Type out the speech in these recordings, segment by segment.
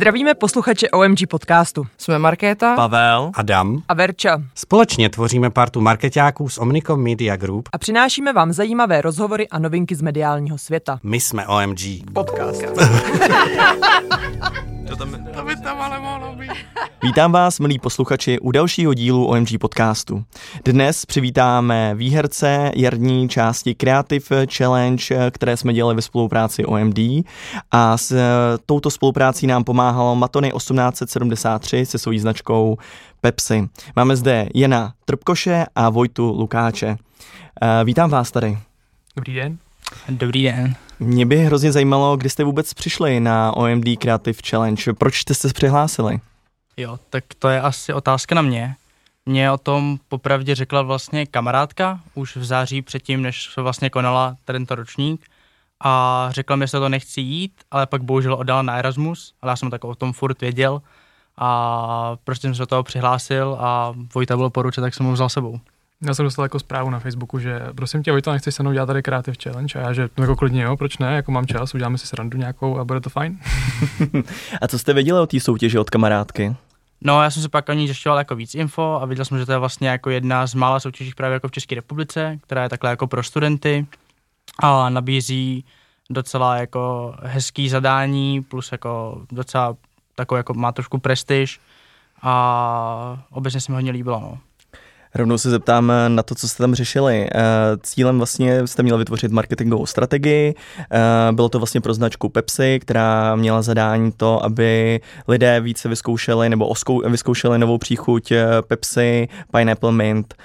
Zdravíme posluchače OMG podcastu. Jsme Markéta, Pavel, Adam a Verča. Společně tvoříme partu markeťáků z Omnicom Media Group A přinášíme vám zajímavé rozhovory a novinky z mediálního světa. My jsme OMG Podcast. To by tam ale mohlo být. Vítám vás, milí posluchači, u dalšího dílu OMG podcastu. Dnes přivítáme výherce jarní části Creative Challenge, které jsme dělali ve spolupráci OMD, a s touto spoluprácí nám pomáhalo Matony 1873 se svojí značkou Pepsi. Máme zde Jana Trpkoše a Vojtu Lukáče. Vítám vás tady. Dobrý den. Dobrý den. Mě by hrozně zajímalo, kdy jste vůbec přišli na OMD Creative Challenge. Proč jste se přihlásili? Jo, tak to je asi otázka na mě. Mě o tom popravdě řekla vlastně kamarádka už v září předtím, než se vlastně konala tento ročník, a řekla mi, že to nechci jít, ale pak bohužel oddala na Erasmus, ale já jsem tak o tom furt věděl a prostě jsem se do toho přihlásil a Vojta bylo poručit, tak jsem ho vzal sebou. Já jsem dostal jako zprávu na Facebooku, že prosím tě, Vojto, nechceš se mnou dělat tady Creative Challenge? A já, že no jako klidně jo, proč ne, jako mám čas, uděláme si srandu nějakou a bude to fajn. A co jste věděli o té soutěži od kamarádky? No, já jsem se pak o ní zjišťoval jako víc info a viděl jsem, že to je vlastně jako jedna z mála soutěží právě jako v České republice, která je takhle jako pro studenty a nabízí docela jako hezký zadání, plus jako docela takový jako má trošku prestiž a obecně se mi hodně líbilo, no. Rovnou se zeptám na to, co jste tam řešili. Cílem vlastně jste měli vytvořit marketingovou strategii. Bylo to vlastně pro značku Pepsi, která měla zadání to, aby lidé více vyzkoušeli nebo vyzkoušeli novou příchuť Pepsi, Pineapple Mint.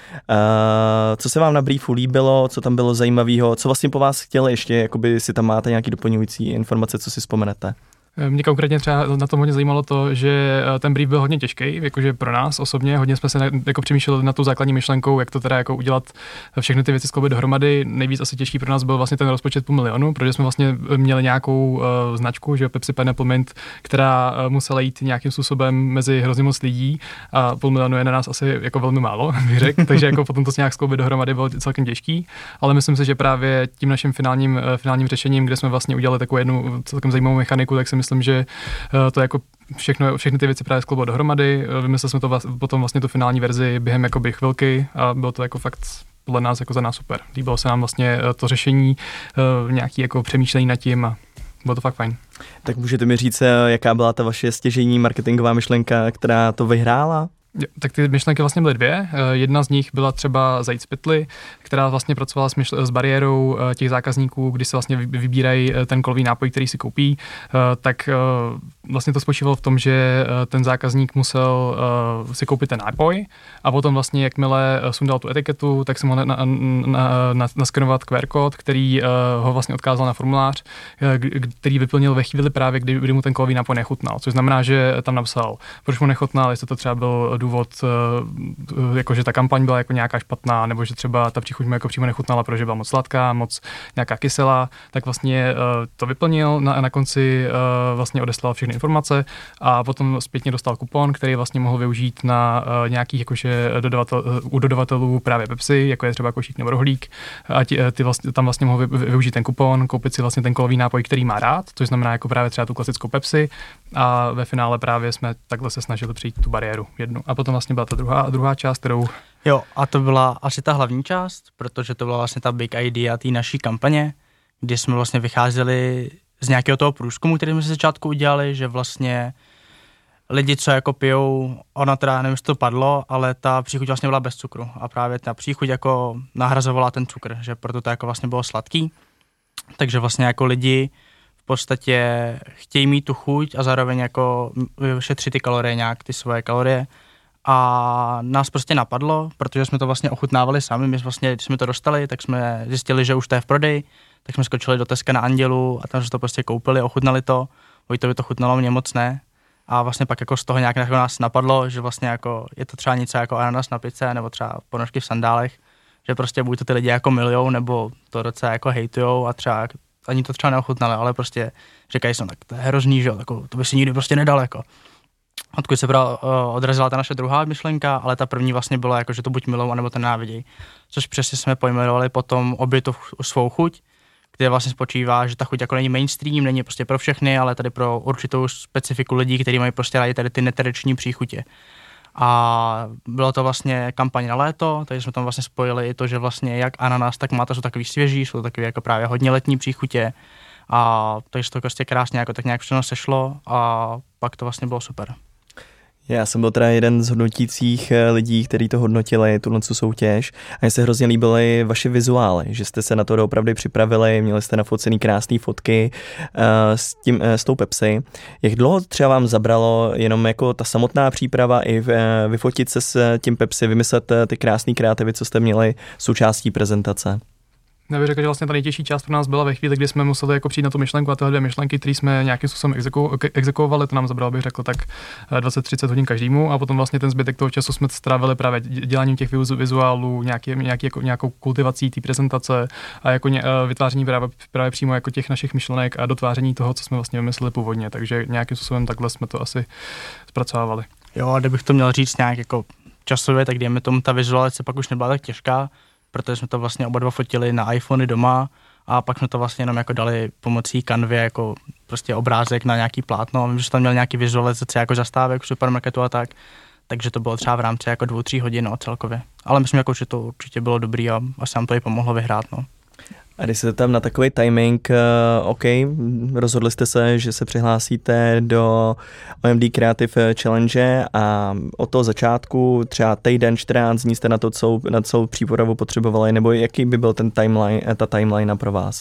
Co se vám na briefu líbilo, co tam bylo zajímavého, co vlastně po vás chtěli ještě, jakoby si tam máte nějaký doplňující informace, co si vzpomenete? Mě konkrétně třeba na tom hodně zajímalo to, že ten brief byl hodně těžký, jakože pro nás osobně, hodně jsme se jako přemýšleli nad tou základní myšlenkou, jak to teda jako udělat všechny ty věci skloubit dohromady. Nejvíc asi těžký pro nás byl vlastně ten rozpočet $500 000, protože jsme vlastně měli nějakou značku, že Pepsi Pineapple Mint, která musela jít nějakým způsobem mezi hrozně moc lidí a $500 000 je na nás asi jako velmi málo, bych řekl, takže jako potom to nějak skloubit dohromady bylo celkem těžký, ale myslím si, že právě tím naším finálním řešením, kde jsme vlastně udělali takovou jednu celkem zajímavou mechaniku, tak si myslím, že to jako všechny ty věci právě skloubilo dohromady. Vymysleli jsme to potom vlastně tu finální verzi během jakoby chvilky a bylo to jako fakt podle nás jako za nás super. Líbilo se nám vlastně to řešení, nějaký jako přemýšlení nad tím a bylo to fakt fajn. Tak můžete mi říct, jaká byla ta vaše stěžejní marketingová myšlenka, která to vyhrála? Tak ty myšlenky vlastně byly dvě. Jedna z nich byla třeba zajít z pytli, která vlastně pracovala s bariérou těch zákazníků, kdy se vlastně vybírají ten kolový nápoj, který si koupí, tak vlastně to spočívalo v tom, že ten zákazník musel si koupit ten nápoj a potom vlastně jakmile sundal tu etiketu, tak si mohl naskenovat QR kód, který ho vlastně odkázal na formulář, který vyplnil ve chvíli právě, kdy mu ten kolový nápoj nechutnal. Což znamená, že tam napsal, proč mu nechutnal, jestli to třeba byl důvod, jako že ta kampaň byla jako nějaká špatná, nebo že třeba ta příchuť mu jako přímo nechutnala, protože byla moc sladká, moc nějaká kyselá, tak vlastně to vyplnil, na konci vlastně odeslal všechny informace a potom zpětně dostal kupon, který vlastně mohl využít na nějakých jakože u dodavatelů právě Pepsi, jako je třeba Košík nebo Rohlík, a ty vlastně, tam vlastně mohl využít ten kupon, koupit si vlastně ten kolový nápoj, který má rád, což znamená jako právě třeba tu klasickou Pepsi, a ve finále právě jsme takhle se snažili přijít tu bariéru jednu. A potom vlastně byla ta druhá část, kterou... Jo, a to byla asi ta hlavní část, protože to byla vlastně ta big idea té naší kampaně, kdy jsme vlastně vycházeli z nějakého toho průzkumu, který jsme se začátku udělali, že vlastně lidi, co jako pijou, ona teda, nevím, jestli to padlo, ale ta příchuť vlastně byla bez cukru a právě ta příchuť jako nahrazovala ten cukr, že proto to jako vlastně bylo sladký, takže vlastně jako lidi v podstatě chtějí mít tu chuť a zároveň jako šetřit ty kalorie nějak, ty svoje kalorie. A nás prostě napadlo, protože jsme to vlastně ochutnávali sami, my vlastně, když jsme to dostali, tak jsme zjistili, že už to je v prodeji, tak jsme skočili do Teska na Andělu a tam jsme to prostě koupili, ochutnali to, Vojtovi to chutnalo, mě moc ne. A vlastně pak jako z toho nějak jako nás napadlo, že vlastně jako je to třeba něco jako ananas na pice, nebo třeba ponožky v sandálech, že prostě buď to ty lidi jako milujou, nebo to docela jako hejtujou a třeba ani to třeba neochutnali, ale prostě říkají si, no, tak to je hrozný, že jo, to by si nikdy prostě nedal jako. Odkud se odrazila ta naše druhá myšlenka, ale ta první vlastně byla jako, že to buď milou, anebo to nenávidějí. Což přesně jsme pojmenovali potom obě tu svou chuť, kde vlastně spočívá, že ta chuť jako není mainstream, není prostě pro všechny, ale tady pro určitou specifiku lidí, kteří mají prostě rádi tady ty netradiční příchutě. A bylo to vlastně kampaň na léto, takže jsme tam vlastně spojili i to, že vlastně jak ananas, tak máta jsou takový svěží, jsou takový jako právě hodně letní příchutě. A takže to prostě krásně jako tak nějak všechno sešlo a pak to vlastně bylo super. Já jsem byl teda jeden z hodnotících lidí, kteří to hodnotili, tuhle soutěž, a mně se hrozně líbily vaše vizuály, že jste se na to opravdu připravili, měli jste nafocený krásné fotky s tou Pepsi. Jak dlouho třeba vám zabralo jenom jako ta samotná příprava i vyfotit se s tím Pepsi, vymyslet ty krásné kreativy, co jste měli součástí prezentace? Já bych řekl, že vlastně ta nejtěžší část pro nás byla ve chvíli, kdy jsme museli jako přijít na tu myšlenku a tyhle dvě myšlenky, které jsme nějakým způsobem exekuovali, to nám zabralo, bych řekl, tak 20-30 hodin každému a potom vlastně ten zbytek toho času jsme strávili právě děláním těch vizuálů, nějakou kultivací té prezentace a jako vytváření právě přímo jako těch našich myšlenek a dotváření toho, co jsme vlastně vymysleli původně, takže nějakým způsobem takhle jsme to asi zpracovávali. Jo, a kdybych to měl říct nějak jako časově, tak dejme tomu ta vizualizace pak už nebyla tak těžká, protože jsme to vlastně oba dva fotili na iPhony doma a pak jsme to vlastně jenom jako dali pomocí Canvy jako prostě obrázek na nějaký plátno. Vím, že tam měl nějaký vizualizace jako zastávek v supermarketu a tak, takže to bylo třeba v rámci jako 2-3 hodin celkově. Ale myslím, jako, že to určitě bylo dobrý a asi nám to i pomohlo vyhrát. No. A když se tam na takový timing, OK, rozhodli jste se, že se přihlásíte do OMD Creative Challenge a od toho začátku třeba týden, 14 dní jste na celou přípravu potřebovali, nebo jaký by byl ta timeline pro vás?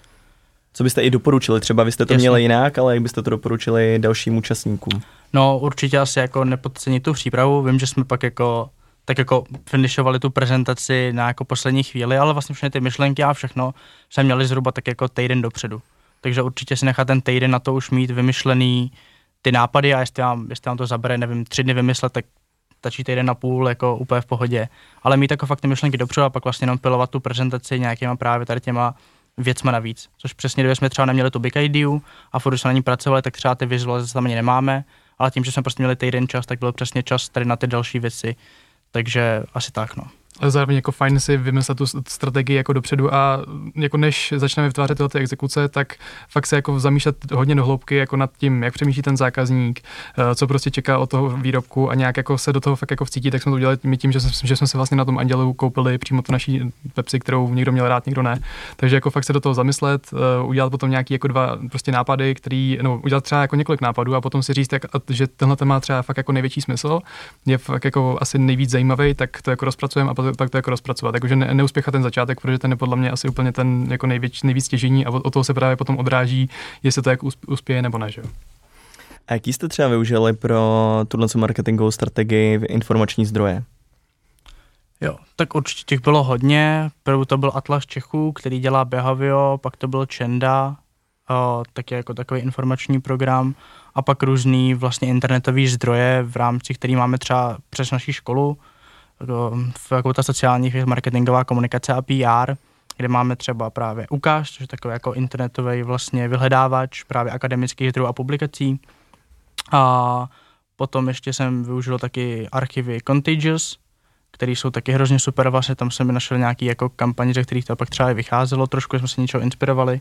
Co byste i doporučili? Třeba vy jste to měli jinak, ale jak byste to doporučili dalším účastníkům? No určitě asi jako nepodcenit tu přípravu, vím, že jsme pak jako finišovali tu prezentaci na jako poslední chvíli, ale vlastně všechny ty myšlenky a všechno jsme měli zhruba tak jako týden dopředu. Takže určitě si nechat ten týden na to už mít vymyšlený ty nápady a jestli vám to zabere, nevím, 3 dny vymyslet, tak stačí týden a půl jako úplně v pohodě. Ale mít jako fakt ty myšlenky dopředu a pak vlastně jenom pilovat tu prezentaci nějakýma právě tady těma věcma navíc. Což přesně, kdyby jsme třeba neměli tu big idea a furt jsme na ní pracovali, tak třeba ty vizualizace tam ani nemáme, ale tím, že jsme prostě měli týden čas, tak byl přesně čas tady na ty další věci. Takže asi tak, no. Ale zároveň jako fajn si vymyslet tu strategii jako dopředu a jako než začneme vytvářet tyhle exekuce, tak fakt se jako zamýšlet hodně do hloubky jako nad tím, jak přemýšlí ten zákazník, co prostě čeká od toho výrobku a nějak jako se do toho fakt jako vcítit, tak jsme to udělali tím, že jsme se vlastně na tom Andělu koupili přímo tu naší Pepsi, kterou někdo měl rád, někdo ne. Takže jako fakt se do toho zamyslet, udělat potom nějaký jako 2 prostě nápady, udělat třeba jako několik nápadů a potom si říct, že tenhle má třeba fakt jako největší smysl, je fakt jako asi nejvíc zajímavý, tak to jako rozpracujeme a pak to jako rozpracovat. Takže neuspěchat ten začátek, protože ten je podle mě asi úplně ten jako nejvíc stěžení a od toho se právě potom odráží, jestli to jak uspěje nebo ne. Že? A jaký jste třeba využili pro tuhle marketingovou strategii informační zdroje? Jo, tak určitě těch bylo hodně. První to byl Atlas Čechů, který dělá Behavio, pak to byl Čenda, taky jako takový informační program a pak různý vlastně internetový zdroje, v rámci který máme třeba přes naší školu, jako ta sociální marketingová komunikace a PR, kde máme třeba právě Ukáž, což je takový jako internetový vlastně vyhledávač právě akademických zdrojů a publikací. A potom ještě jsem využil taky archivy Contagious, které jsou taky hrozně super, vlastně tam jsem našel nějaký jako kampaně, ze kterých to pak třeba vycházelo, trošku jsme se něčeho inspirovali.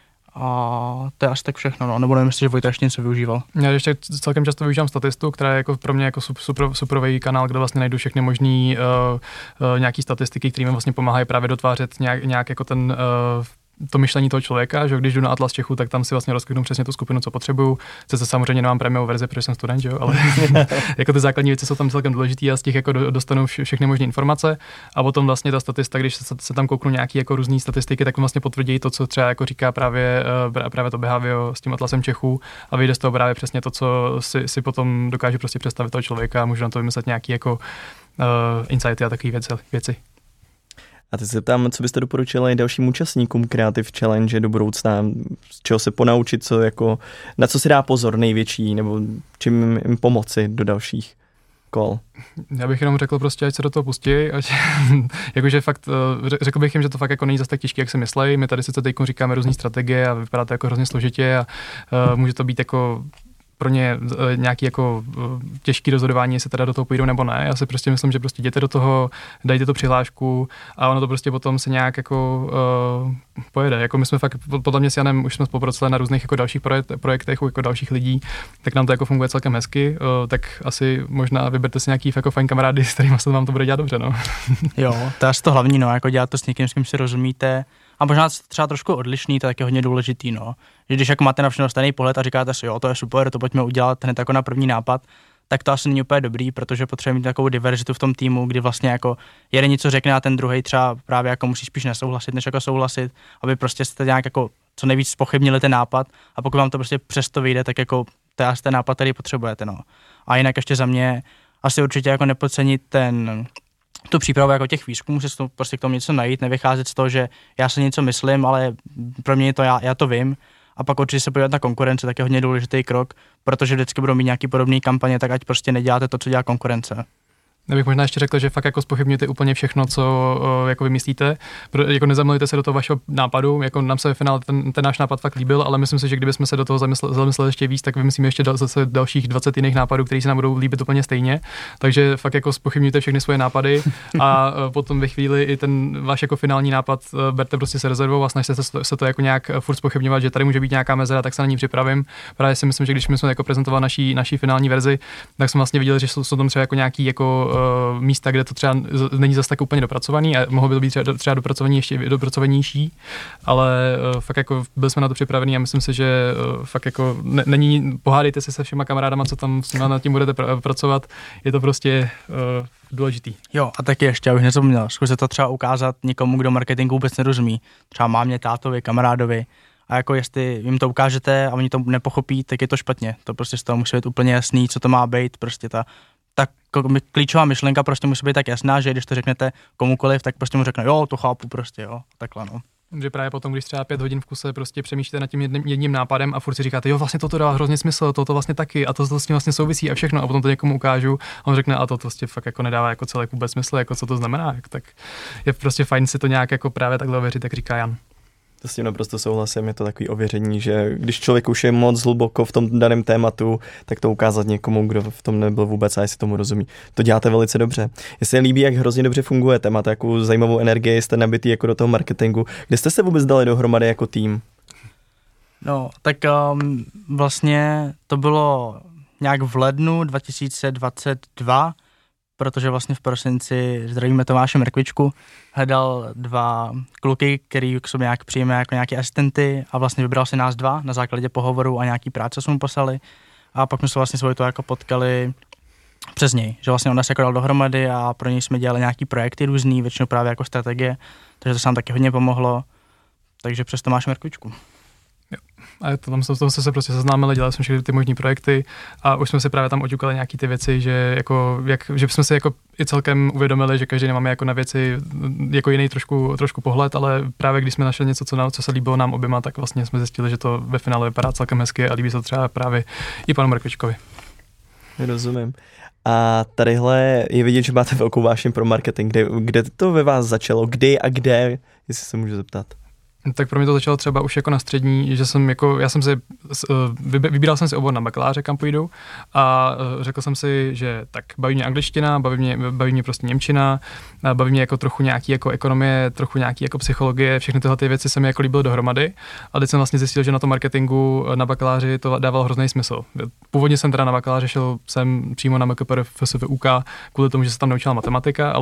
A to je asi tak všechno, no. Nebo nevím, jestli, že Vojta ještě něco využíval. Já ještě celkem často využívám Statistu, která je jako pro mě jako superový kanál, kde vlastně najdu všechny možný nějaký statistiky, které mi vlastně pomáhají právě dotvářet nějak jako to myšlení toho člověka, že když jdu na Atlas Čechů, tak tam si vlastně rozkliknu přesně tu skupinu, co potřebuju. Sice samozřejmě nemám premium verzi, protože jsem student, jo, ale jako ty základní věci jsou tam celkem důležité a z těch jako dostanu všechny možné informace. A potom vlastně ta statista, když se tam kouknu nějaký jako různý statistiky, tak vlastně potvrdí to, co třeba jako říká právě to Behavio s tím Atlasem Čechů a vyjde z toho právě přesně to, co si potom dokáže prostě představit toho člověka a můžu na to vymyslet nějaký jako insighty a takové věci. A teď se ptám, co byste doporučili dalším účastníkům Creative Challenge do budoucna, z čeho se ponaučit, na co si dá pozor největší, nebo čím jim pomoci do dalších kol? Já bych jenom řekl prostě, ať se do toho pustí, jakože fakt, řekl bych jim, že to fakt jako není zase tak těžké, jak si myslej. My tady sice teď říkáme různý strategie a vypadá to jako hrozně složitě a může to být jako pro ně nějaký jako těžký rozhodování, jestli teda do toho půjdou nebo ne. Já si prostě myslím, že prostě jděte do toho, dajte tu přihlášku a ono to prostě potom se nějak jako pojede. Jako my jsme fakt, podle mě s Janem už jsme spolupracovali na různých jako dalších projektech jako dalších lidí, tak nám to jako funguje celkem hezky, tak asi možná vyberte si nějaký jako fajn kamarády, s kterými se vám to bude dělat dobře, no. Jo, to je asi to hlavní, no, jako dělat to s někým, s kým si rozumíte. A možná třeba trošku odlišný, to je taky hodně důležitý, no. Že když jako máte na všechno stejný pohled a říkáte si, jo, to je super, to pojďme udělat hned jako na první nápad, tak to asi není úplně dobrý, protože potřebujeme mít takovou diverzitu v tom týmu, kdy vlastně jako jeden něco řekne a ten druhý třeba právě jako musí spíš nesouhlasit, než jako souhlasit, aby prostě jste nějak jako co nejvíc zpochybnili ten nápad a pokud vám to prostě přesto vyjde, tak jako to je asi ten nápad, který potřebujete, no. A jinak ještě za mě asi určitě jako nepodcenit tu přípravu jako těch výzkumů, se prostě k tomu něco najít, nevycházet z toho, že já si něco myslím, ale pro mě je to já to vím. A pak určitě se podívat na konkurence, tak je hodně důležitý krok, protože vždycky budou mít nějaký podobný kampaně, tak ať prostě neděláte to, co dělá konkurence. Já bych možná ještě řekl, že fakt jako zpochybňujete úplně všechno, co jako vymyslíte. Jako nezamilujte se do toho vašeho nápadu, jako nám se ve finále ten náš nápad fakt líbil, ale myslím si, že kdybychom se do toho zamysleli ještě víc, tak vymyslíme ještě zase dalších 20 jiných nápadů, které se nám budou líbit úplně stejně. Takže fakt jako zpochybňujte všechny svoje nápady a potom ve chvíli i ten váš jako finální nápad berte prostě se rezervou a snažte se to jako nějak furt zpochybňovat, že tady může být nějaká mezera, tak se na ní připravím. Právě si myslím, že když jsme jako prezentovali naší finální verzi, tak jsme vlastně viděli, že jsou tam třeba jako nějaký jako místa, kde to třeba není zase tak úplně dopracovaný a mohlo by to být třeba dopracovanější, ale fakt jako byli jsme na to připravení a myslím si, že fakt jako není, pohádejte se všema kamarádama, co tam s nimi nad tím budete pracovat, je to prostě důležitý. Jo, a taky ještě, abych nezapomněl, zkuste to třeba ukázat někomu, kdo marketingu vůbec nerozumí, třeba mámě, tátovi, kamarádovi, a jako jestli jim to ukážete a oni to nepochopí, tak je to špatně. To prostě z toho musí být úplně jasný, co to má být, prostě ta klíčová myšlenka prostě musí být tak jasná, že když to řeknete komukoliv, tak prostě mu řekne, jo, to chápu prostě, jo, takhle, no. Že právě potom, když třeba 5 hodin v kuse prostě přemýšlíte nad tím jedním nápadem a furt si říkáte, jo, vlastně toto dává hrozně smysl, toto vlastně taky a to s tím vlastně souvisí a všechno a potom to někomu ukážu a on řekne, a to vlastně fakt jako nedává jako celek vůbec smysl, jako co to znamená, tak je prostě fajn si to nějak jako právě takhle ověřit, jak říká Jan. To s tím naprosto souhlasím, je to takový ověření, že když člověk už je moc hluboko v tom daném tématu, tak to ukázat někomu, kdo v tom nebyl vůbec a jestli tomu rozumí. To děláte velice dobře. Mně se líbí, jak hrozně dobře fungujete, máte jakou zajímavou energii, jste nabitý jako do toho marketingu. Kde jste se vůbec dali dohromady jako tým? No, tak vlastně to bylo nějak v lednu 2022, protože vlastně v prosinci, zdravíme Tomáše Mrkvičku, hledal 2 kluky, který k sobě nějak přijme jako nějaké asistenty a vlastně vybral si nás 2 na základě pohovoru a nějaký práce jsme mu poslali a pak jsme se vlastně svoji to jako potkali přes něj, že vlastně on nás jako dal dohromady a pro něj jsme dělali nějaký projekty různý, většinou právě jako strategie, takže to se nám taky hodně pomohlo, takže přes Tomáše Mrkvičku. A tam jsme se prostě seznámili, dělali jsme všechny ty možný projekty a už jsme si právě tam oťukali nějaký ty věci, že jsme si jako i celkem uvědomili, že každý nemáme jako na věci jako jiný trošku pohled, ale právě když jsme našli něco, co se líbilo nám oběma, tak vlastně jsme zjistili, že to ve finále vypadá celkem hezky a líbí se to třeba právě i panu Mrkvičkovi. Rozumím. A tadyhle je vidět, že máte velkou vášeň pro marketing. Kde to ve vás začalo? Kdy a kde, jestli se můžu zeptat? Tak pro mě to začalo třeba už jako na střední, že vybíral jsem si obor na bakaláře, kam půjdu a řekl jsem si, že tak baví mě angličtina, baví mě prostě němčina, baví mě jako trochu nějaký jako ekonomie, trochu nějaký jako psychologie, všechny tyhle ty věci se mi jako líbily dohromady a teď jsem vlastně zjistil, že na tom marketingu na bakaláři to dávalo hrozný smysl. Původně jsem teda na bakaláři šel jsem přímo na MKPR FSVUK kvůli tomu, že se tam naučila matematika,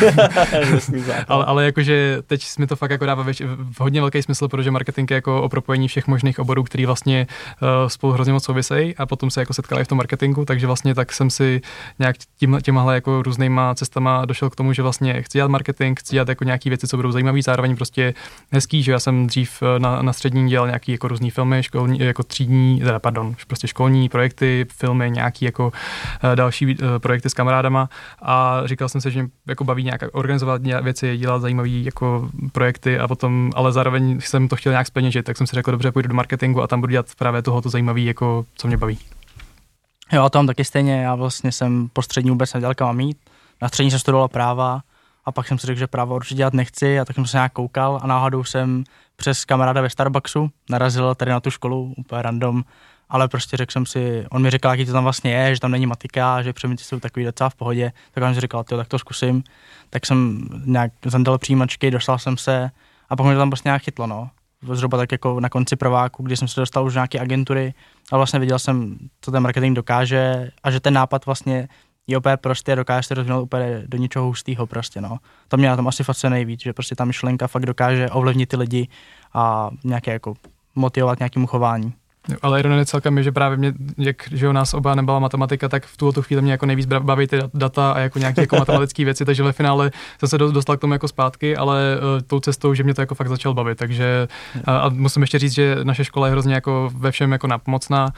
ale jakože teď mi to fakt jako dává hodně velký smysl, protože marketing je jako o propojení všech možných oborů, který vlastně spolu hrozně moc souvisejí a potom se jako setkali v tom marketingu, takže vlastně tak jsem si nějak těmahle jako různýma cestama došel k tomu, že vlastně chci dělat marketing, chci dělat jako nějaký věci, co budou zajímavé, zároveň prostě hezký, že já jsem dřív na střední dělal nějaký jako různý filmy, školní, jako prostě školní projekty, filmy, nějaký jako další projekty s kamarádama a říkal jsem si, že mě jako baví nějak organizovat věci, dělat zajímavé jako projekty a potom, ale zároveň jsem to chtěl nějak zpeněžit, tak jsem si řekl, dobře, půjdu do marketingu a tam budu dělat právě tohoto zajímavý, jako co mě baví. Jo, a tam taky stejně, já vlastně jsem po střední vůbec nevěděl, kam mám jít. Na střední jsem studoval práva a pak jsem si řekl, že práva určitě dělat nechci a tak jsem se nějak koukal a náhodou jsem přes kamaráda ve Starbucksu narazil tady na tu školu, úplně random ale prostě řekl jsem si, on mi říkal, jaký to tam vlastně je, že tam není matika, že předměty jsou takový docela v pohodě, tak on si říkal, tak to zkusím, tak jsem nějak zadal přijímačky, dostal jsem se a pak mě to tam prostě nějak chytlo, no. Zhruba tak jako na konci prváku, kdy jsem se dostal už do nějaké agentury a vlastně viděl jsem, co ten marketing dokáže a že ten nápad vlastně je úplně prostě a dokáže se rozvinout úplně do něčeho hustého prostě, no. To mě na tom asi fascinuje nejvíc, že prostě ta myšlenka fakt dokáže ovlivnit ty lidi a nějaké jako motivovat nějakému chování. Ale ironie celkem je, že právě mě, že u nás oba nebyla matematika, tak v tu chvíli mě jako nejvíc baví ty data a jako nějaké jako matematické věci, takže ve finále jsem se dostal k tomu jako zpátky, ale tou cestou, že mě to jako fakt začal bavit, takže a musím ještě říct, že naše škola je hrozně jako ve všem jako nápomocná,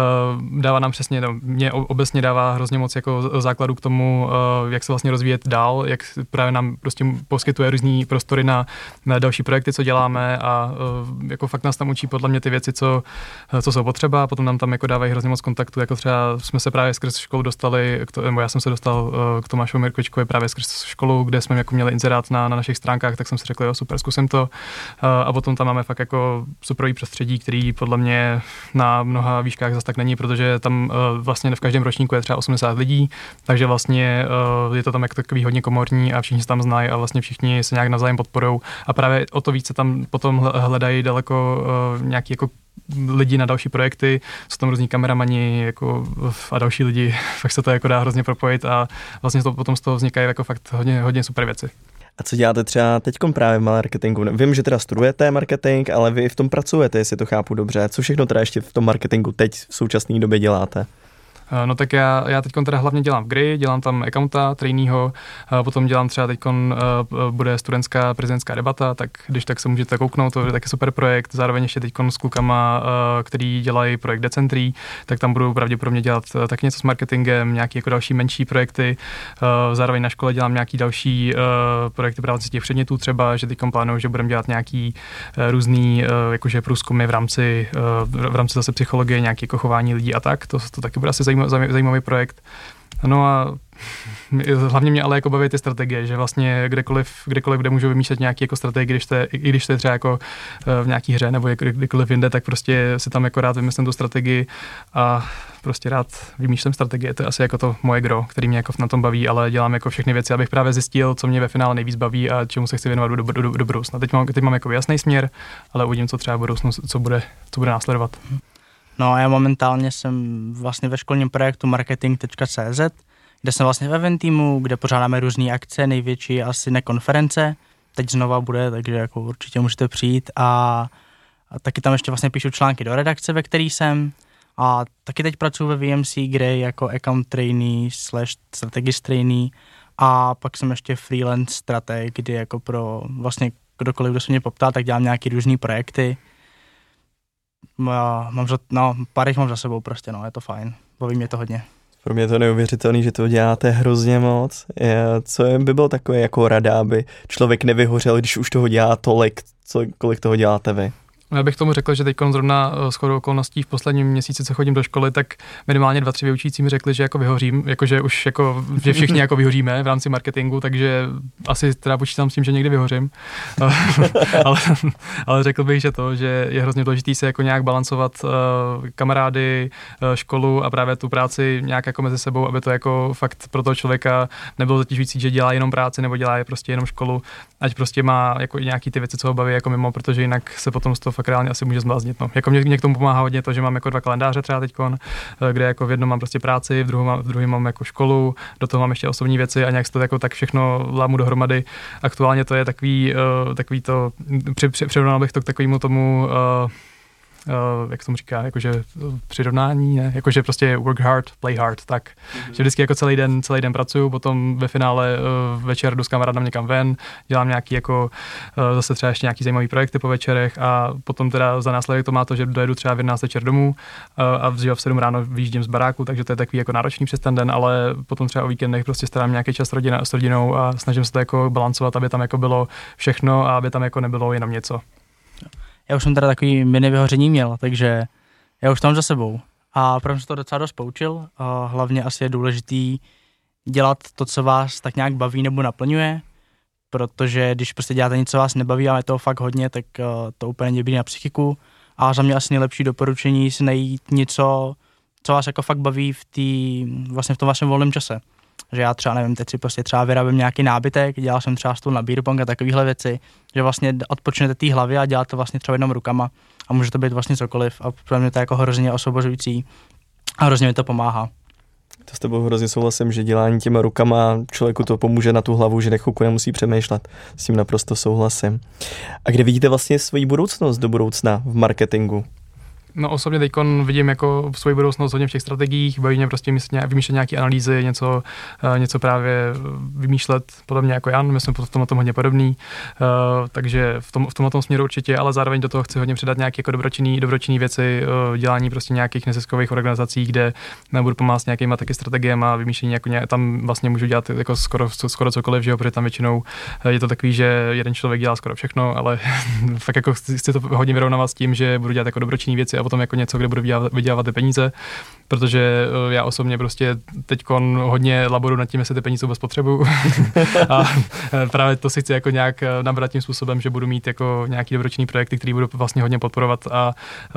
dává nám přesně, mě obecně dává hrozně moc jako základů k tomu, jak se vlastně rozvíjet dál, jak právě nám prostě poskytuje různý prostory na další projekty, co děláme a jako fakt nás tam učí podle mě ty věci, co jsou potřeba, potom nám tam jako dávají hrozně moc kontaktů, jako třeba jsme se právě skrz školu dostali, nebo já jsem se dostal k Tomášovi Mirkovičkovi právě skrz školu, kde jsme jako měli inzerát na našich stránkách, tak jsem si řekl, jo, super, zkusím to. A potom tam máme fakt jako superový prostředí, který podle mě na mnoha výškách zase tak není, protože tam vlastně v každém ročníku je třeba 80 lidí, takže vlastně je to tam jako takový hodně komorní a všichni se tam znají a vlastně všichni se nějak navzájem podporou a právě o to více tam potom hledají daleko nějaký jako lidi na další projekty, jsou tam různí kameramani jako a další lidi, fakt se to jako dá hrozně propojit a vlastně potom z toho vznikají jako fakt hodně super věci. A co děláte třeba teďkom právě v marketingu? Vím, že teda studujete marketing, ale vy v tom pracujete, jestli to chápu dobře. Co všechno teda ještě v tom marketingu teď v současné době děláte? No tak já teď teda hlavně dělám v GRI, dělám tam accounta, trainýho, potom dělám třeba teď bude studentská prezidentská debata, tak když tak se můžete kouknout, to je taky super projekt, zároveň ještě teď s klukama, který dělají projekt Decentry, tak tam budu pravděpodobně dělat taky něco s marketingem, nějaké jako další menší projekty, zároveň na škole dělám nějaký další projekty právě z těch předmětů třeba, že teď plánuju, že budeme dělat nějaký různý jakože průzkumy v rámci zase psychologie, nějaké jako chování lidí a tak, to taky bude asi zajímavý projekt. No a hlavně mě ale jako baví ty strategie, že vlastně kdekoliv kde můžu vymýšlet nějaký jako strategii, když to je třeba jako v nějaký hře nebo kdykoliv jinde, tak prostě si tam jako rád vymyslím tu strategii a prostě rád vymýšlím strategie. To je asi jako to moje gro, který mě jako na tom baví, ale dělám jako všechny věci, abych právě zjistil, co mě ve finále nejvíc baví a čemu se chci věnovat do budoucna. Teď mám jako jasný směr, ale uvidím, co třeba v budoucnu, co bude následovat. No a já momentálně jsem vlastně ve školním projektu marketing.cz, kde jsem vlastně ve event týmu, kde pořádáme různé akce, největší asi nekonference, teď znova bude, takže jako určitě můžete přijít a taky tam ještě vlastně píšu články do redakce, ve který jsem a taky teď pracuji ve VMC, kde jako account trainee / strategist trainee a pak jsem ještě freelance strateg, kdy jako pro vlastně kdokoliv, kdo se mě poptá, tak dělám nějaký různý projekty. Pár jich mám za sebou prostě, no, je to fajn, baví mě to hodně. Pro mě je to neuvěřitelný, že to děláte hrozně moc. Co by bylo takové jako rada, aby člověk nevyhořel, když už toho dělá tolik, kolik toho děláte vy? Já bych tomu řekl, že teď zrovna shodou okolností v posledním měsíci, co chodím do školy, tak minimálně 2-3 vyučící mi řekli, že jako vyhořím, jakože už jako, že všichni jako vyhoříme v rámci marketingu, takže asi teda počítám s tím, že někdy vyhořím. ale řekl bych, že že je hrozně důležitý se jako nějak balancovat kamarády, školu a právě tu práci nějak jako mezi sebou, aby to jako fakt pro toho člověka nebylo zatěžující, že dělá jenom práci nebo dělá prostě jenom školu, ať prostě má jako nějaký ty věci, co ho baví jako mimo, protože jinak se potom z toho fakt reálně asi může zbláznit. No. Jako mě k tomu pomáhá hodně to, že mám jako 2 kalendáře třeba teďkon, kde jako v jednom mám prostě práci, v druhém mám jako školu, do toho mám ještě osobní věci a nějak se to jako tak všechno lámu dohromady. Aktuálně to je takový to, přirovnal bych to k takovému tomu jak se tomu říká, jakože přirovnání, ne? Jakože prostě work hard, play hard, tak. Že vždycky jako celý den pracuju, potom ve finále večer jdu s kamarádem někam ven, dělám nějaký jako zase třeba ještě nějaký zajímavý projekty po večerech a potom teda za následek to má to, že dojedu třeba v 11 večer domů a v 7 ráno vyjíždím z baráku, takže to je takový jako náročný přes ten den, ale potom třeba o víkendech prostě starám nějaký čas s rodinou a snažím se to jako balancovat, aby tam jako bylo všechno a aby tam jako nebylo jenom něco. Já už jsem teda takový mini vyhoření měl, takže já už tam za sebou. A protože jsem to docela dost poučil, a hlavně asi je důležitý dělat to, co vás tak nějak baví nebo naplňuje, protože když prostě děláte něco, co vás nebaví, ale je toho fakt hodně, tak to úplně nebývá na psychiku A za mě asi nejlepší doporučení si najít něco, co vás jako fakt baví vlastně v tom vašem volném čase. Že já třeba, nevím, teď si prostě třeba vyrábím nějaký nábytek, dělal jsem třeba stůl na beer pong a takovéhle věci, že vlastně odpočnete té hlavě a děláte vlastně třeba jenom rukama a může to být vlastně cokoliv a pro mě to je jako hrozně osvobozující a hrozně mi to pomáhá. To s tebou hrozně souhlasím, že dělání těma rukama člověku to pomůže na tu hlavu, že nechvilku nemusí přemýšlet. S tím naprosto souhlasím. A kde vidíte vlastně svoji budoucnost do budoucna v marketingu? No osobně teďkon vidím jako svoji budoucnost hodně v těch strategiích, baví mě prostě vymýšlet nějaké analýzy, něco právě vymýšlet, podobně jako Jan, my jsme v tom hodně podobný, takže v tomhle směru určitě, ale zároveň do toho chci hodně přidat nějaké jako dobročinné věci, dělání prostě nějakých neziskových organizací, kde budu pomáhat s nějakýma taky strategiemi a vymýšlení, jako tam vlastně můžu dělat jako skoro cokoliv, že jo, protože tam většinou je to takový, že jeden člověk dělá skoro všechno, ale fakt jako chci to hodně vyrovnávat s tím, že budu dělat jako dobročinné věci a potom jako něco, kde budu vydělávat ty peníze, protože já osobně prostě teďkon hodně laboruju nad tím, jestli ty peníze vůbec potřebuju a právě to si chci jako nějak nabrat tím způsobem, že budu mít jako nějaký dobročinný projekty, který budu vlastně hodně podporovat a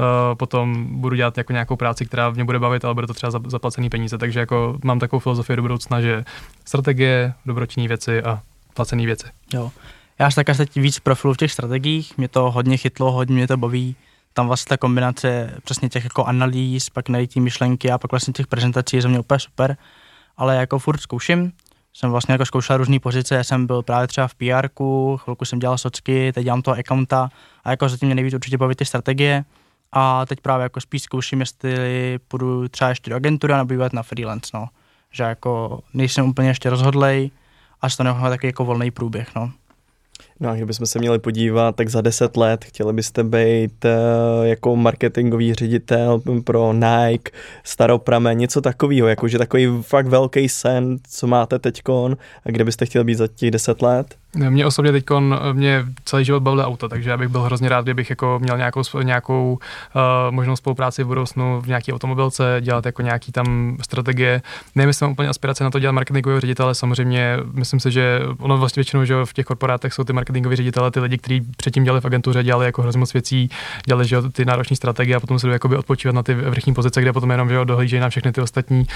potom budu dělat jako nějakou práci, která mě bude bavit, ale bude to třeba zaplacený peníze, takže jako mám takovou filozofii do budoucna, že strategie, dobročinné věci a placené věci. Jo. Já až teď víc profilu v těch strategiích, mě to hodně chytlo, hodně mě to baví. Tam vlastně ta kombinace přesně těch jako analýz, pak najít myšlenky a pak vlastně těch prezentací je za mě úplně super, ale jako furt zkouším. Jsem vlastně jako zkoušel různé pozice, já jsem byl právě třeba v PR-ku, chvilku jsem dělal socky, teď dělám toho accounta a jako zatím mě nejvíc určitě baví ty strategie a teď právě jako spíš zkouším, jestli půjdu třeba ještě do agentury a nabývat na freelance, no. Že jako nejsem úplně ještě rozhodlej a to nemám takový jako volný průběh, no. No a kdybychom se měli podívat, tak za 10 let chtěli byste být jako marketingový ředitel pro Nike, Staropramen, něco takového, jakože takový fakt velký sen, co máte teďkon a kde byste chtěli být za těch 10 let? Mě osobně teďkon, mě celý život bavily auta, takže já bych byl hrozně rád, kdybych jako měl nějakou možnost spolupráci v budoucnu v nějaké automobilce, dělat jako nějaký tam strategie. Nevím, jestli mám úplně aspirace na to dělat marketingového ředitele, samozřejmě myslím si, že ono vlastně většinou, že v těch korporátech jsou ty marketingoví ředitele, ty lidi, kteří předtím dělali v agentuře, dělali jako hrozně moc věcí, dělali že ty náročné strategie a potom se jdou jakoby odpočívat na ty vrchní pozice, kde potom jenom že dohlížejí na všechny ty ostatní,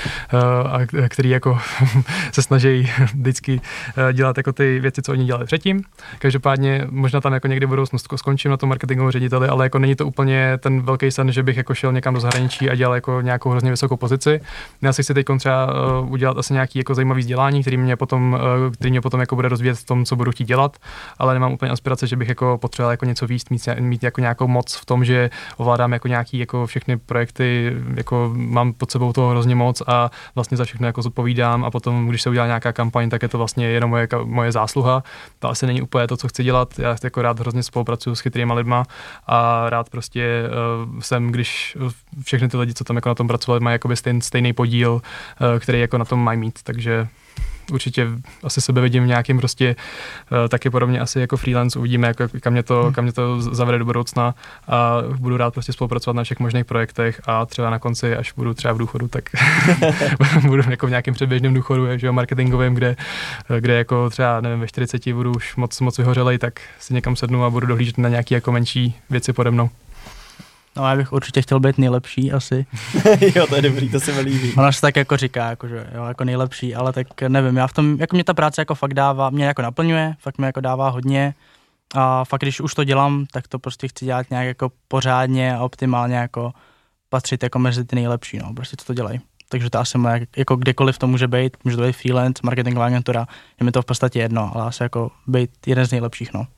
kteří jako se snaží vždycky dělat jako ty věci, co oni dělali předtím. Každopádně možná tam jako někdy v budoucnosti skončím na tom marketingovém řediteli, ale jako není to úplně ten velký sen, že bych jako šel někam do zahraničí a dělal jako nějakou hrozně vysokou pozici. Já si chci teď třeba udělat asi nějaký jako zajímavý vzdělání, který mě potom jako bude rozvíjet v tom, co budu chtít dělat, ale nemám úplně aspirace, že bych jako potřeboval jako něco víc, mít jako nějakou moc v tom, že ovládám jako nějaký jako všechny projekty, jako mám pod sebou toho hrozně moc a vlastně za všechno jako zodpovídám a potom, když se udělá nějaká kampaň, tak je to vlastně jenom moje zásluha. To asi není úplně to, co chci dělat. Já jako rád hrozně spolupracuju s chytrýma lidma a rád prostě jsem, když všechny ty lidi, co tam jako na tom pracovali, mají jakoby stejný podíl, který jako na tom mají mít, takže určitě asi sebe vidím v nějakým prostě taky podobně asi jako freelance, uvidíme, jako, kam mě to zavede do budoucna a budu rád prostě spolupracovat na všech možných projektech a třeba na konci, až budu třeba v důchodu, tak budu jako v nějakém předběžném důchodu, že jo, marketingovém, kde jako třeba, nevím, ve 40 budu už moc vyhořelej, tak si někam sednu a budu dohlížet na nějaké jako menší věci pode mnou. No já bych určitě chtěl být nejlepší asi. Jo, to je dobrý, to se mi líbí. Ona se tak jako říká, jako, že jo, jako nejlepší, ale tak nevím, já v tom, jako mě ta práce jako fakt dává, mě jako naplňuje, fakt mě jako dává hodně a fakt když už to dělám, tak to prostě chci dělat nějak jako pořádně a optimálně jako patřit jako mezi ty nejlepší, no, prostě co to dělají. Takže to asi moje, jako kdekoliv to může být to být freelance, marketingová agentura, je mi to v podstatě jedno, ale asi jako být jeden z nejlepších, no.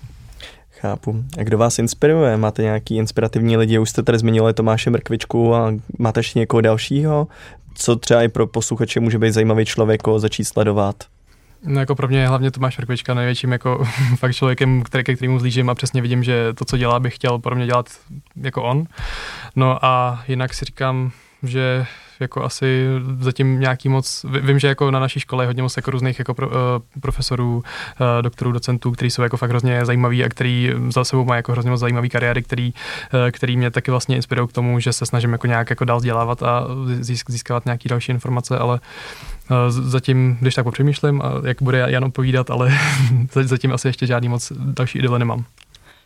Chápu. A kdo vás inspiruje? Máte nějaký inspirativní lidi? Už jste tady zmiňovali Tomáše Mrkvičku a máte ještě někoho dalšího? Co třeba i pro posluchače může být zajímavý člověk, koho začít sledovat? No jako pro mě je hlavně Tomáš Mrkvička největším jako fakt člověkem, ke kterému zlížím a přesně vidím, že to, co dělá, bych chtěl pro mě dělat jako on. No a jinak si říkám, že jako asi zatím nějaký moc, vím, že jako na naší škole je hodně moc jako různých jako profesorů, doktorů, docentů, kteří jsou jako fakt hrozně zajímaví a který za sebou mají jako hrozně moc zajímavý kariéry, který mě taky vlastně inspirují k tomu, že se snažím jako nějak jako dál vzdělávat a získávat nějaký další informace, ale zatím, když tak popřemýšlím, a jak bude Jan odpovídat, ale zatím asi ještě žádný moc další idole nemám.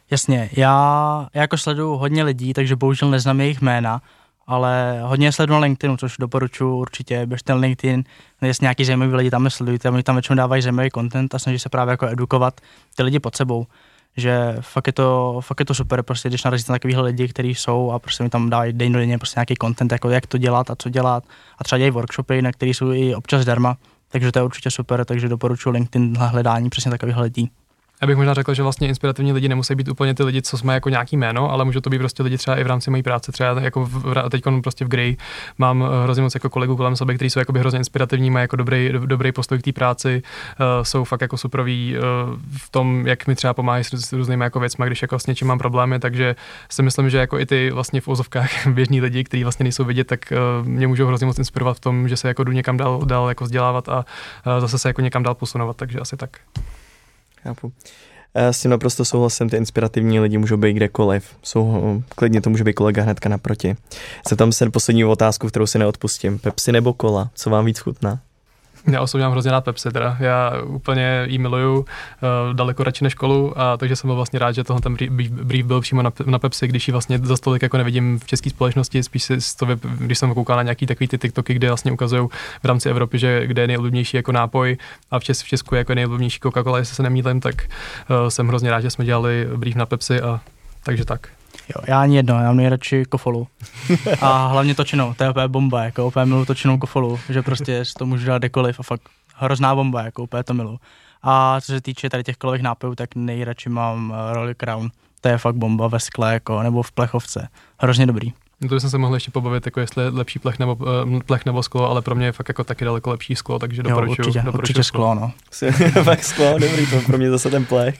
Jasně, já jako sleduju hodně lidí, takže bohužel neznám jejich jména, ale hodně sleduju na LinkedInu, což doporučuji určitě, běžte na LinkedIn, jestli nějaký zajímavý lidi tam sledujte, oni tam většinou dávají zajímavý content a snaží se právě jako edukovat ty lidi pod sebou, že fakt je to super, prostě když narazíte na takovýhle lidi, kteří jsou a prostě mi tam dávají denně prostě nějaký content, jako jak to dělat a co dělat a třeba dělají workshopy, na který jsou i občas zdarma, takže to je určitě super, takže doporučuji LinkedIn na hledání přesně takových lidí. Já bych možná řekl, že vlastně inspirativní lidi nemusí být úplně ty lidi, co jsme jako nějaký jméno, ale můžou to být prostě lidi třeba i v rámci mojí práce. Třeba jako teď prostě v Grey mám hrozně moc jako kolegů kolem sebe, kteří jsou jako hrozně inspirativní, mají jako dobrý postoj k té práci, jsou fakt jako superoví v tom, jak mi třeba pomáhají s různými jako věcmi, když jako s něčím mám problémy, takže si myslím, že jako i ty vlastně v ozovkách běžní lidi, kteří vlastně nejsou vidět, tak mě můžou hrozně moc inspirovat v tom, že se jako jdu někam dál jako vzdělávat a zase se jako někam dál posunovat, takže asi tak. Chápu. S tím naprosto souhlasím, ty inspirativní lidi můžou být kdekoliv. Klidně to může být kolega hnedka naproti. Zeptám se poslední otázku, kterou si neodpustím. Pepsi nebo cola? Co vám víc chutná? Já osobně mám hrozně rád Pepsi, teda. Já úplně jí miluju, daleko radši než kolu, a takže jsem byl vlastně rád, že tohle ten brief byl přímo na Pepsi, když ji vlastně za stolik jako nevidím v české společnosti, spíš si když jsem koukal na nějaký takový ty TikToky, kde vlastně ukazují v rámci Evropy, že kde je nejoblíbenější jako nápoj a v Česku je jako nejoblíbenější Coca-Cola, jestli se nemýlím, tak jsem hrozně rád, že jsme dělali brief na Pepsi a takže tak. Jo, já ani jedno, já mám nejradši kofolu. A hlavně točenou, to je úplně bomba, jako úplně miluji točenou kofolu, že prostě to můžu dát kdekoliv a fakt hrozná bomba, jako úplně to miluji. A co se týče tady těch kolových nápojů, tak nejradši mám Royal Crown, to je fakt bomba ve skle, jako, nebo v plechovce, hrozně dobrý. No to bychom se mohli ještě pobavit, jako jestli je lepší plech nebo sklo, ale pro mě je fakt jako taky daleko lepší sklo, takže doporučuji. Určitě sklo, no. Fakt sklo, dobrý, to pro mě zase ten plech.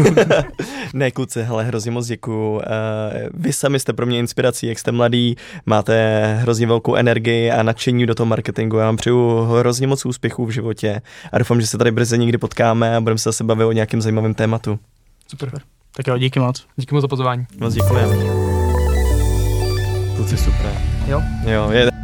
Ne, kluci, hele, hrozně moc děkuju. Vy sami jste pro mě inspirací, jak jste mladý, máte hrozně velkou energii a nadšení do toho marketingu. Já vám přeju hrozně moc úspěchů v životě a doufám, že se tady brzy někdy potkáme a budeme se zase bavit o nějakém zajímavém tématu. Super. Tak jo, díky moc. Díky moc za pozvání. Moc děkujeme. Kluci, super. Jo, je